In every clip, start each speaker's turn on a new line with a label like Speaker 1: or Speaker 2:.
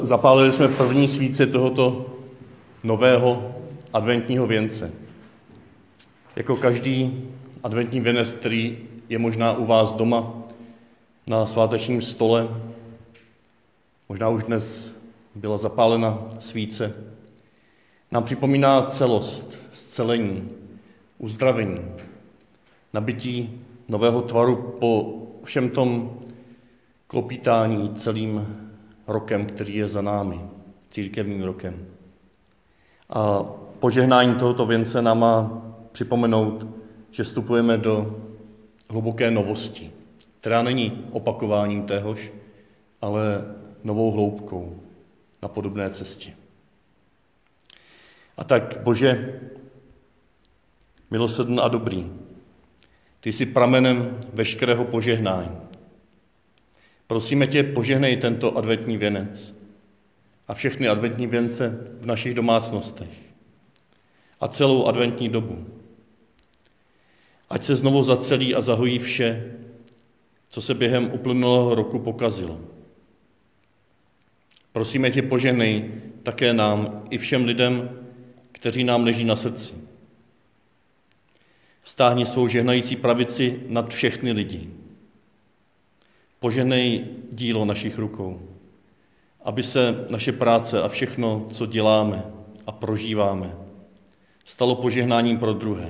Speaker 1: Zapálili jsme první svíce tohoto nového adventního věnce. Jako každý adventní věnec, který je možná u vás doma na svátečním stole, možná už dnes byla zapálena svíce, nám připomíná celost, zcelení, uzdravení, nabytí nového tvaru po všem tom klopítání celým rokem, který je za námi, církevním rokem. A požehnání tohoto věnce nám má připomenout, že vstupujeme do hluboké novosti, která není opakováním téhož, ale novou hloubkou na podobné cestě. A tak, Bože, milosrdný a dobrý, ty jsi pramenem veškerého požehnání. Prosíme tě, požehnej tento adventní věnec a všechny adventní věnce v našich domácnostech a celou adventní dobu. Ať se znovu zacelí a zahojí vše, co se během uplynulého roku pokazilo. Prosíme tě, požehnej také nám i všem lidem, kteří nám leží na srdci. Vztáhni svou žehnající pravici nad všechny lidi. Požehnej dílo našich rukou, aby se naše práce a všechno, co děláme a prožíváme, stalo požehnáním pro druhé.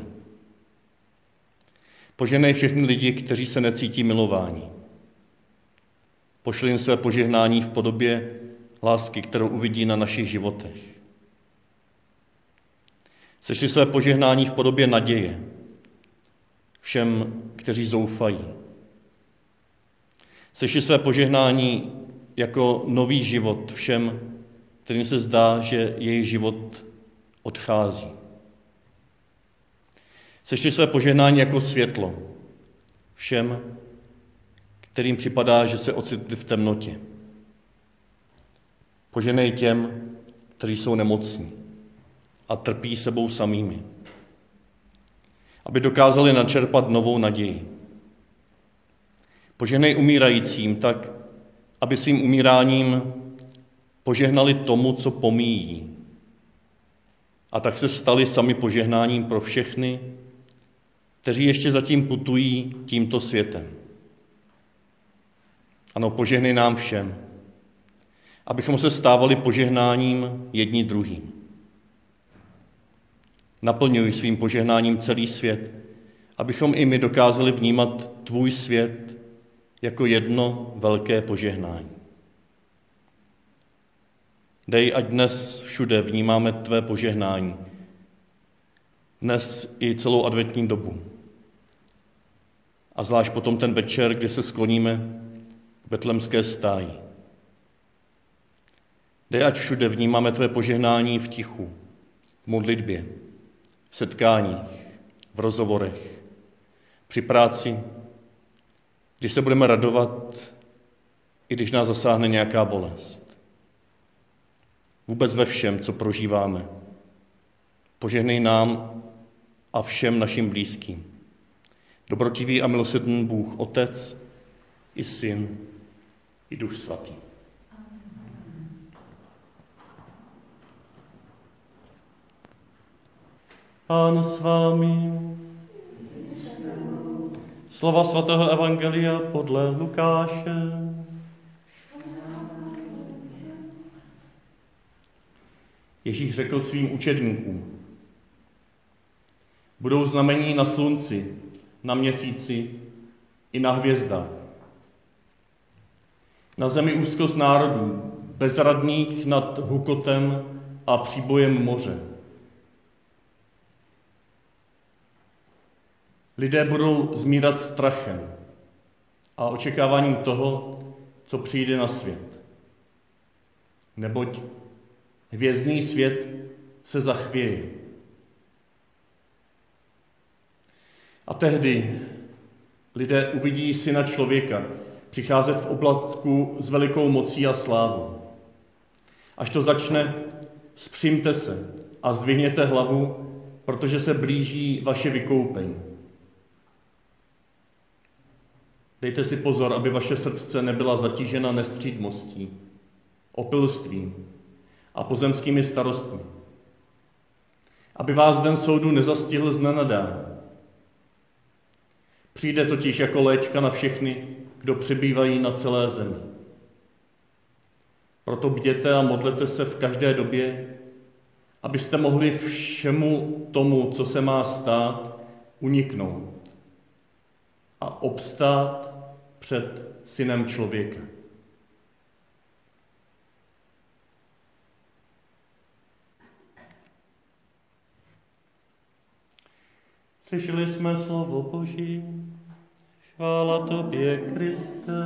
Speaker 1: Požehnej všechny lidi, kteří se necítí milováni. Pošli jim své požehnání v podobě lásky, kterou uvidí na našich životech. Sešli své požehnání v podobě naděje všem, kteří zoufají. Sešli své požehnání jako nový život všem, kterým se zdá, že jejich život odchází. Sešli své požehnání jako světlo všem, kterým připadá, že se ocitli v temnotě. Požehnej těm, kteří jsou nemocní a trpí sebou samými, aby dokázali načerpat novou naději. Požehnej umírajícím tak, aby svým umíráním požehnali tomu, co pomíjí. A tak se stali sami požehnáním pro všechny, kteří ještě zatím putují tímto světem. Ano, požehnej nám všem, abychom se stávali požehnáním jedni druhým. Naplňuj svým požehnáním celý svět, abychom i my dokázali vnímat tvůj svět jako jedno velké požehnání. Dej, ať dnes všude vnímáme tvé požehnání, dnes i celou adventní dobu. A zvlášť potom ten večer, kdy se skloníme k betlemské stáji. Dej, ať všude vnímáme tvé požehnání v tichu, v modlitbě, v setkáních, v rozhovorech, při práci, když se budeme radovat, i když nás zasáhne nějaká bolest. Vůbec ve všem, co prožíváme. Požehnej nám a všem našim blízkým. Dobrotivý a milosrdný Bůh, Otec i Syn i Duch Svatý. Pán s vámi. Slova svatého evangelia podle Lukáše. Ježíš řekl svým učedníkům: budou znamení na slunci, na měsíci i na hvězdách. Na zemi úzkost národů, bezradných nad hukotem a příbojem moře. Lidé budou zmírat strachem a očekáváním toho, co přijde na svět. Neboť hvězdný svět se zachvěje. A tehdy lidé uvidí Syna člověka přicházet v oblaku s velikou mocí a slávou. Až to začne, vzpřimte se a zdvihněte hlavu, protože se blíží vaše vykoupení. Dejte si pozor, aby vaše srdce nebyla zatížena nestřídmostí opilstvím a pozemskými starostmi. Aby vás den soudu nezastihl znenadá. Přijde totiž jako léčka na všechny, kdo přebývají na celé zemi. Proto bděte a modlete se v každé době, abyste mohli všemu tomu, co se má stát, uniknout a obstát před Synem člověka. Slyšeli jsme slovo Boží, chvála tobě, Kriste.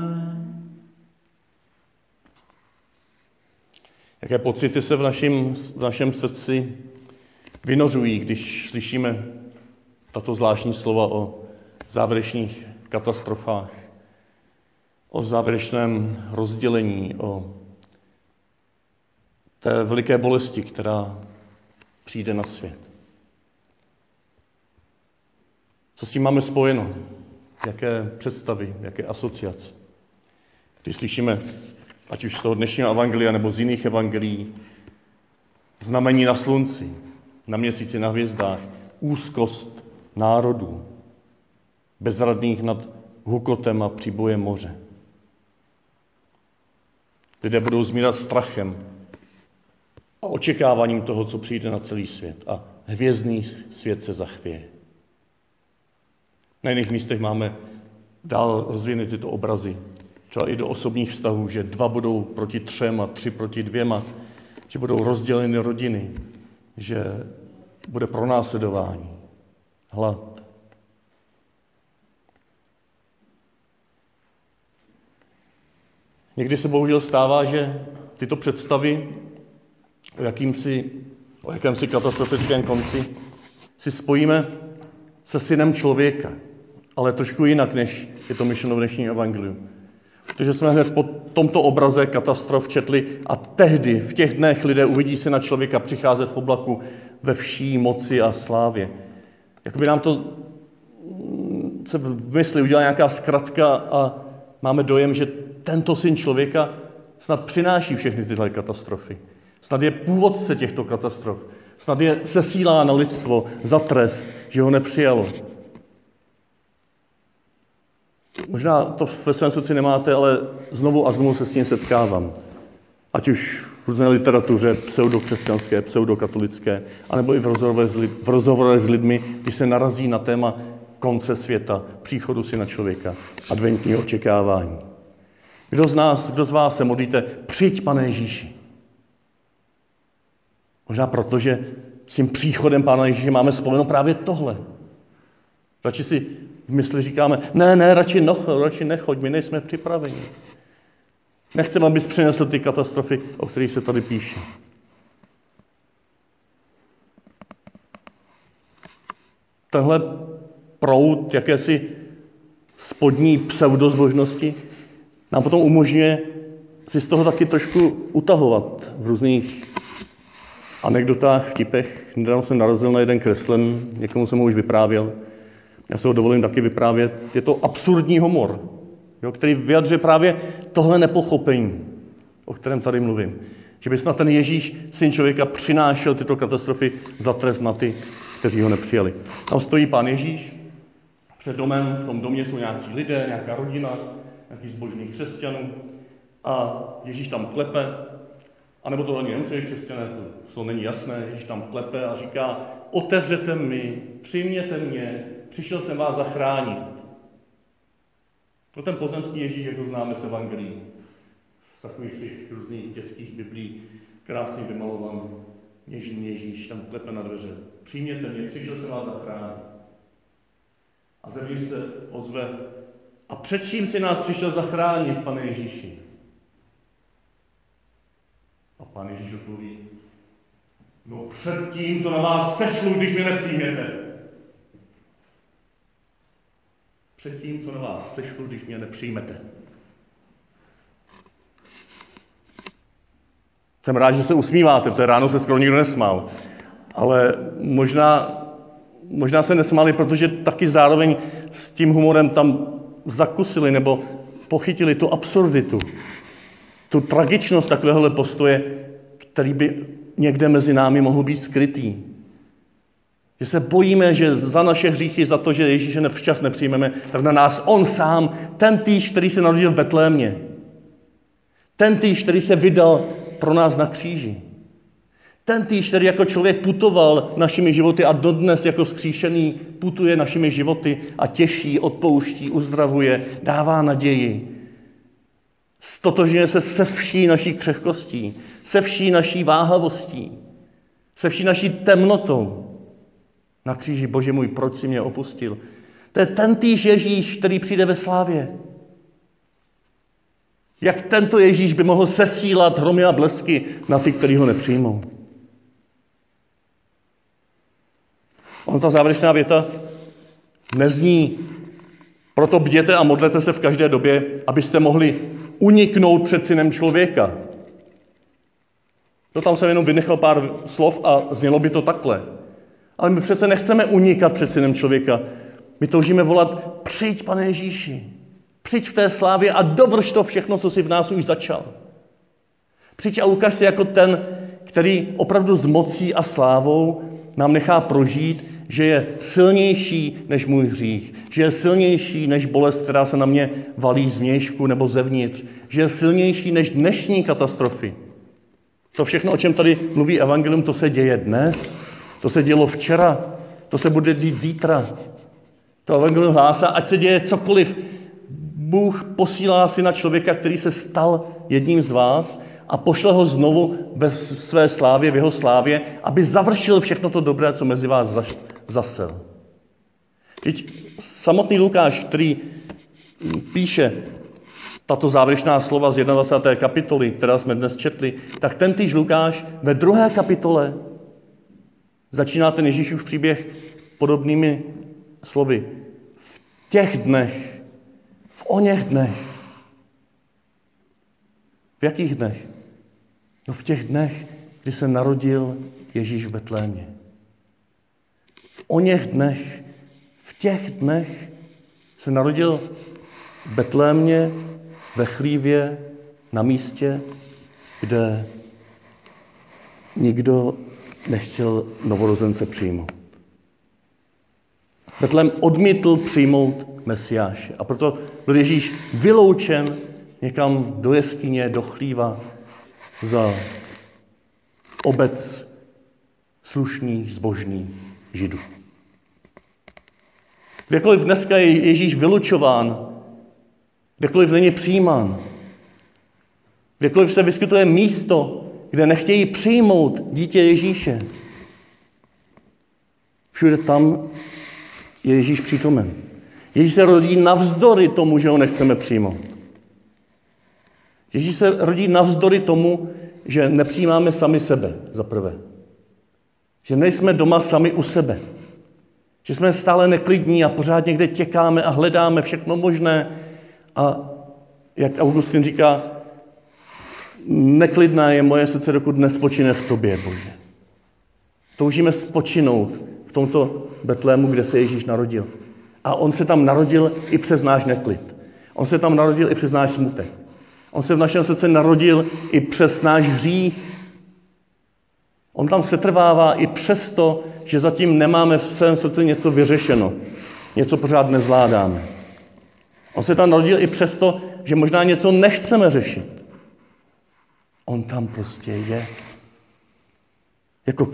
Speaker 1: Jaké pocity se v našem srdci vynořují, když slyšíme tato zvláštní slova o závěrečných katastrofách, o závěrečném rozdělení, o té veliké bolesti, která přijde na svět. Co s tím máme spojeno? Jaké představy, jaké asociace? Když slyšíme, ať už z toho dnešního evangelia nebo z jiných evangelií, znamení na slunci, na měsíci, na hvězdách, úzkost národů, bezradných nad hukotem a příbojem moře. Lidé budou zmírat strachem a očekáváním toho, co přijde na celý svět. A hvězdný svět se zachvěje. Na jiných místech máme dál rozvíjeny tyto obrazy. Třeba i do osobních vztahů, že 2 budou proti 3 a 3 proti 2, že budou rozděleny rodiny, že bude pronásledování, hlad. Někdy se bohužel stává, že tyto představy o jakémsi katastrofickém konci si spojíme se Synem člověka, ale trošku jinak, než je to myšleno v dnešním evangeliu. Protože jsme hned po tomto obraze katastrof četli a tehdy, v těch dnech, lidé uvidí Syna člověka přicházet v oblaku ve vší moci a slávě. Jakoby nám to se v mysli udělá nějaká zkratka a máme dojem, že tento Syn člověka snad přináší všechny tyhle katastrofy. Snad je původce těchto katastrof. Snad je sesílá na lidstvo za trest, že ho nepřijalo. Možná to ve svém srdci nemáte, ale znovu a znovu se s tím setkávám. Ať už v různé literatuře pseudokřesťanské, pseudokatolické, anebo i v rozhovorech s lidmi, když se narazí na téma konce světa, příchodu Syna člověka, adventního očekávání. Kdo z vás se modlíte, přijď, Pane Ježíši. Možná proto, že s tím příchodem Pána Ježíše máme spojeno právě tohle. Radši si v mysli říkáme, ne, radši nechoď, my nejsme připraveni. Nechceme, abys přinesl ty katastrofy, o kterých se tady píše. Tenhle proud jakési spodní pseudozbožnosti nám potom umožňuje si z toho taky trošku utahovat v různých anekdotách, vtipech. Nedávno jsem narazil na jeden kreslen, někomu jsem ho už vyprávěl. Já se ho dovolím taky vyprávět. Je to absurdní humor, který vyjadřuje právě tohle nepochopení, o kterém tady mluvím. Že by snad ten Ježíš, Syn člověka, přinášel tyto katastrofy za trest na ty, kteří ho nepřijali. Tam stojí Pán Ježíš před domem, v tom domě jsou nějací lidé, nějaká rodina, nějaký zbožných křesťanů a Ježíš tam klepe, anebo to ani nemusí křesťané, to není jasné, Ježíš tam klepe a říká, otevřete mi, přijměte mě, přišel jsem vás zachránit. No ten pozemský Ježíš, jak ho známe z evangelií, z takových těch různých dětských biblí, krásně vymalovaný, něžný Ježíš tam klepe na dveře. Přijměte mě, přišel jsem vás zachránit. A zevnitř se ozve, a před čím si nás přišel zachránit, Pane Ježíši? A Pán Ježíš odpoví, no před tím, co na vás sešlu, když mě nepřijměte. Před tím, co na vás sešlu, když mě nepřijmete. Jsem rád, že se usmíváte, protože ráno se skoro nikdo nesmál. Ale možná se nesmáli, protože taky zároveň s tím humorem tam zakusili nebo pochytili tu absurditu. tu tragičnost takovéhle postoje, který by někde mezi námi mohl být skrytý. Že se bojíme, že za naše hříchy, za to, že Ježíše včas nepřijmeme, tak na nás on sám, ten týž, který se narodil v Betlémě, ten týž, který se vydal pro nás na kříži, ten týž, který jako člověk putoval našimi životy a dodnes jako vzkříšený putuje našimi životy a těší, odpouští, uzdravuje, dává naději. Stotožňuje se vší naší křehkostí, se vší naší váhavostí, se vší naší temnotou. Na kříži, Bože můj, proč jsi mě opustil? To je tentýž Ježíš, který přijde ve slávě. Jak tento Ježíš by mohl sesílat hromy a blesky na ty, kteří ho nepřijmou? On ta závěrečná věta nezní: proto bděte a modlete se v každé době, abyste mohli uniknout před synem člověka. To tam jsem jenom vynechal pár slov a znělo by to takhle. Ale my přece nechceme unikat před synem člověka. My toužíme volat: přijď, Pane Ježíši, přijď v té slávě a dovrš to všechno, co jsi v nás už začal. Přijď a ukaž se jako ten, který opravdu s mocí a slávou nám nechá prožít, že je silnější než můj hřích, že je silnější než bolest, která se na mě valí zvnějšku nebo zevnitř, že je silnější než dnešní katastrofy. To všechno, o čem tady mluví evangelium, to se děje dnes, to se dělo včera, to se bude dít zítra. To evangelium hlásá, ať se děje cokoliv. Bůh posílá syna člověka, který se stal jedním z vás a pošle ho znovu ve své slávě, v jeho slávě, aby završil všechno to dobré, co mezi vás zasel. Teď samotný Lukáš, který píše tato závěrečná slova z 21. kapitoly, která jsme dnes četli, tak tentýž Lukáš ve 2. kapitole začíná ten Ježíšův příběh podobnými slovy. V těch dnech, v oněch dnech. V jakých dnech? No v těch dnech, kdy se narodil Ježíš v Betlémě. V oněch dnech, v těch dnech se narodil v Betlémě, ve chlívě, na místě, kde nikdo nechtěl novorozence přijmout. Betlém odmítl přijmout Mesiáše a proto byl Ježíš vyloučen někam do jeskyně, do chlíva za obec slušných, zbožných Židů. Kdekoliv dneska je Ježíš vylučován, kdekoliv není přijímán, kdekoliv se vyskytuje místo, kde nechtějí přijmout dítě Ježíše, všude tam je Ježíš přítomen. Ježíš se rodí navzdory tomu, že ho nechceme přijmout. Ježíš se rodí navzdory tomu, že nepřijímáme sami sebe, za prvé. Že nejsme doma sami u sebe. Že jsme stále neklidní a pořád někde těkáme a hledáme všechno možné. A jak Augustin říká, neklidná je moje srdce, dokud nespočine v tobě, Bože. Toužíme spočinout v tomto Betlému, kde se Ježíš narodil. A on se tam narodil i přes náš neklid. On se tam narodil i přes náš smutek. On se v našem srdci narodil i přes náš hřích. On tam setrvává i přesto, že zatím nemáme v svém srdci něco vyřešeno. Něco pořád nezvládáme. On se tam narodil i přesto, že možná něco nechceme řešit. On tam prostě je. Jako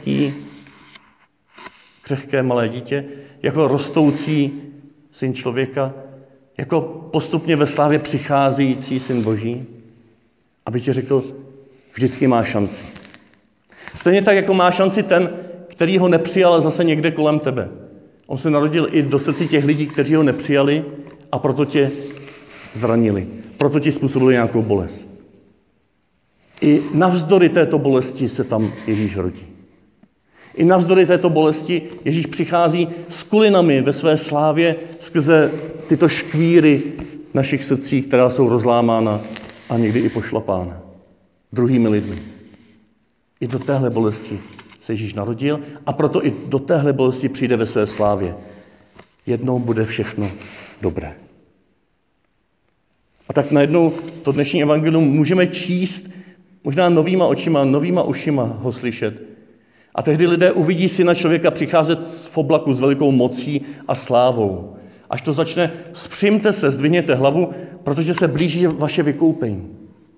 Speaker 1: křehké malé dítě, jako rostoucí syn člověka, jako postupně ve slávě přicházející syn Boží, aby ti řekl, vždycky má šanci. Stejně tak, jako má šanci ten, který ho nepřijal zase někde kolem tebe. On se narodil i do srdcí těch lidí, kteří ho nepřijali a proto tě zranili. Proto ti způsobili nějakou bolest. I navzdory této bolesti se tam Ježíš rodí. I navzdory této bolesti Ježíš přichází s kulinami ve své slávě skrze tyto škvíry našich srdcí, která jsou rozlámána a někdy i pošlapána druhými lidmi. I do téhle bolesti se Ježíš narodil a proto i do téhle bolesti přijde ve své slávě. Jednou bude všechno dobré. A tak najednou to dnešní evangelium můžeme číst možná novýma očima, novýma ušima ho slyšet. A tehdy lidé uvidí Syna člověka přicházet v oblaku s velikou mocí a slávou. Až to začne, vzpřimte se, zdvihněte hlavu, protože se blíží vaše vykoupení.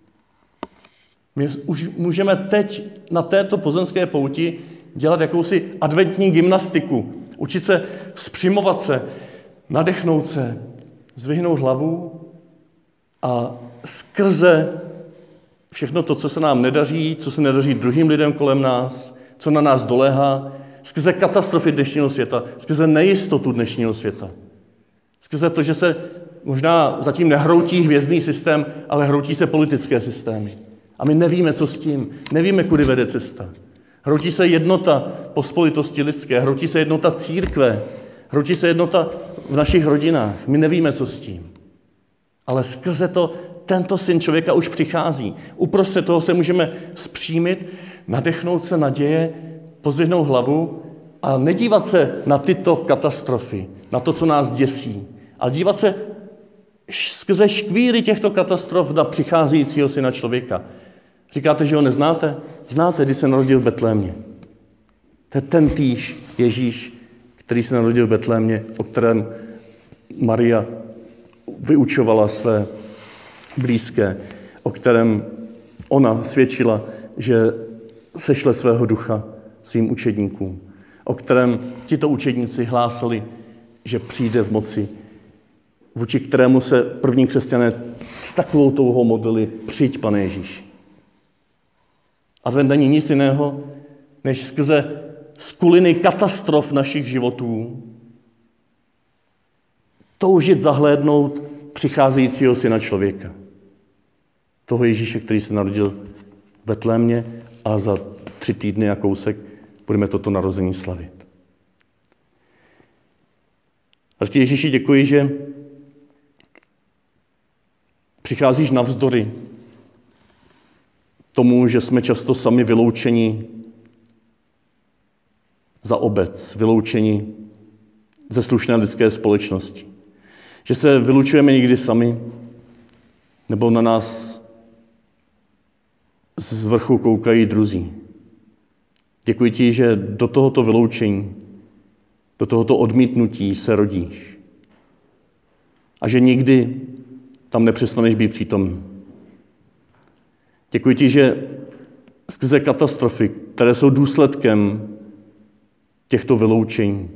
Speaker 1: My už můžeme teď na této pozemské pouti dělat jakousi adventní gymnastiku. Učit se vzpřimovat se, nadechnout se, zdvihnout hlavu a skrze všechno to, co se nám nedaří, co se nedaří druhým lidem kolem nás, co na nás doléhá, skrze katastrofy dnešního světa, skrze nejistotu dnešního světa, skrze to, že se možná zatím nehroutí hvězdný systém, ale hroutí se politické systémy. A my nevíme, co s tím, nevíme, kudy vede cesta. Hroutí se jednota pospolitosti lidské, hroutí se jednota církve, hroutí se jednota v našich rodinách. My nevíme, co s tím. Ale skrze to tento Syn člověka už přichází. Uprostřed toho se můžeme vzpřímit, nadechnout se naděje, pozdvihnout hlavu a nedívat se na tyto katastrofy, na to, co nás děsí, ale dívat se skrze škvíry těchto katastrof na přicházejícího Syna člověka. Říkáte, že ho neznáte? Znáte, když se narodil v Betlémě. To je ten týž Ježíš, který se narodil v Betlémě, o kterém Maria vyučovala své blízké, o kterém ona svědčila, že sešle svého ducha svým učedníkům, o kterém tito učedníci hlásali, že přijde v moci, vůči kterému se první křesťané s takovou touhou modlili: přijď, Pane Ježíši. Advent není nic jiného, než skrze skuliny katastrof našich životů toužit zahlédnout přicházejícího Syna člověka. Toho Ježíše, který se narodil v Betlémě a za 3 týdny a kousek budeme toto narození slavit. A ti Ježíši, děkuji, že přicházíš navzdory tomu, že jsme často sami vyloučeni za obec, vyloučeni ze slušné lidské společnosti. Že se vylučujeme někdy sami, nebo na nás z vrchu koukají druzí. Děkuji ti, že do tohoto vyloučení, do tohoto odmítnutí se rodíš. A že nikdy tam nepřestaneš být přítomný. Děkuji ti, že skrze katastrofy, které jsou důsledkem těchto vyloučení,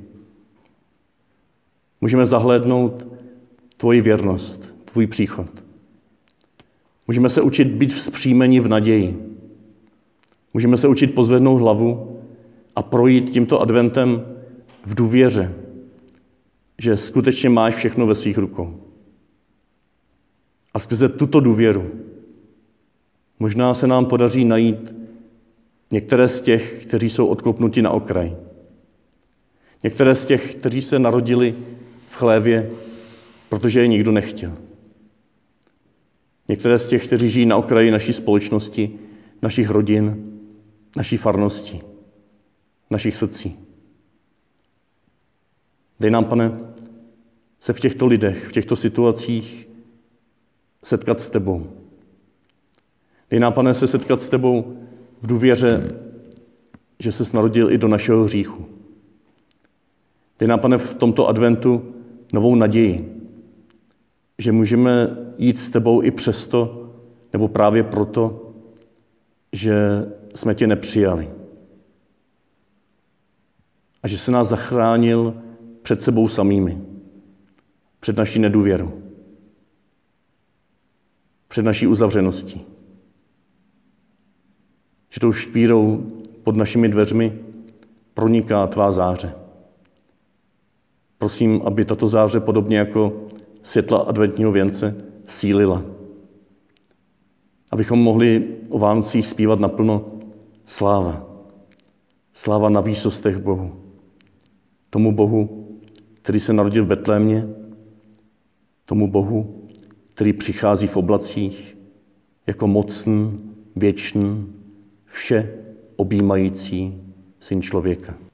Speaker 1: můžeme zahlédnout tvoji věrnost, tvůj příchod. Můžeme se učit být vzpřímeni v naději. Můžeme se učit pozvednout hlavu a projít tímto adventem v důvěře, že skutečně máš všechno ve svých rukou. A skrze tuto důvěru možná se nám podaří najít některé z těch, kteří jsou odkopnuti na okraj. Některé z těch, kteří se narodili v chlévě, protože je nikdo nechtěl. Některé z těch, kteří žijí na okraji naší společnosti, našich rodin, naší farnosti, našich srdcí. Dej nám, Pane, se v těchto lidech, v těchto situacích setkat s tebou. Dej nám, Pane, se setkat s tebou v důvěře, že ses narodil i do našeho hříchu. Dej nám, Pane, v tomto adventu novou naději, že můžeme jít s tebou i přesto, nebo právě proto, že jsme tě nepřijali. A že se nás zachránil před sebou samými, před naší nedůvěrou, před naší uzavřeností. Že tou špírou pod našimi dveřmi proniká tvá záře. Prosím, aby tato záře podobně jako světla adventního věnce sílila. Abychom mohli o Vánocích zpívat naplno sláva. Sláva na výsostech Bohu. Tomu Bohu, který se narodil v Betlémě, tomu Bohu, který přichází v oblacích jako mocný, věčný, vše objímající Syn člověka.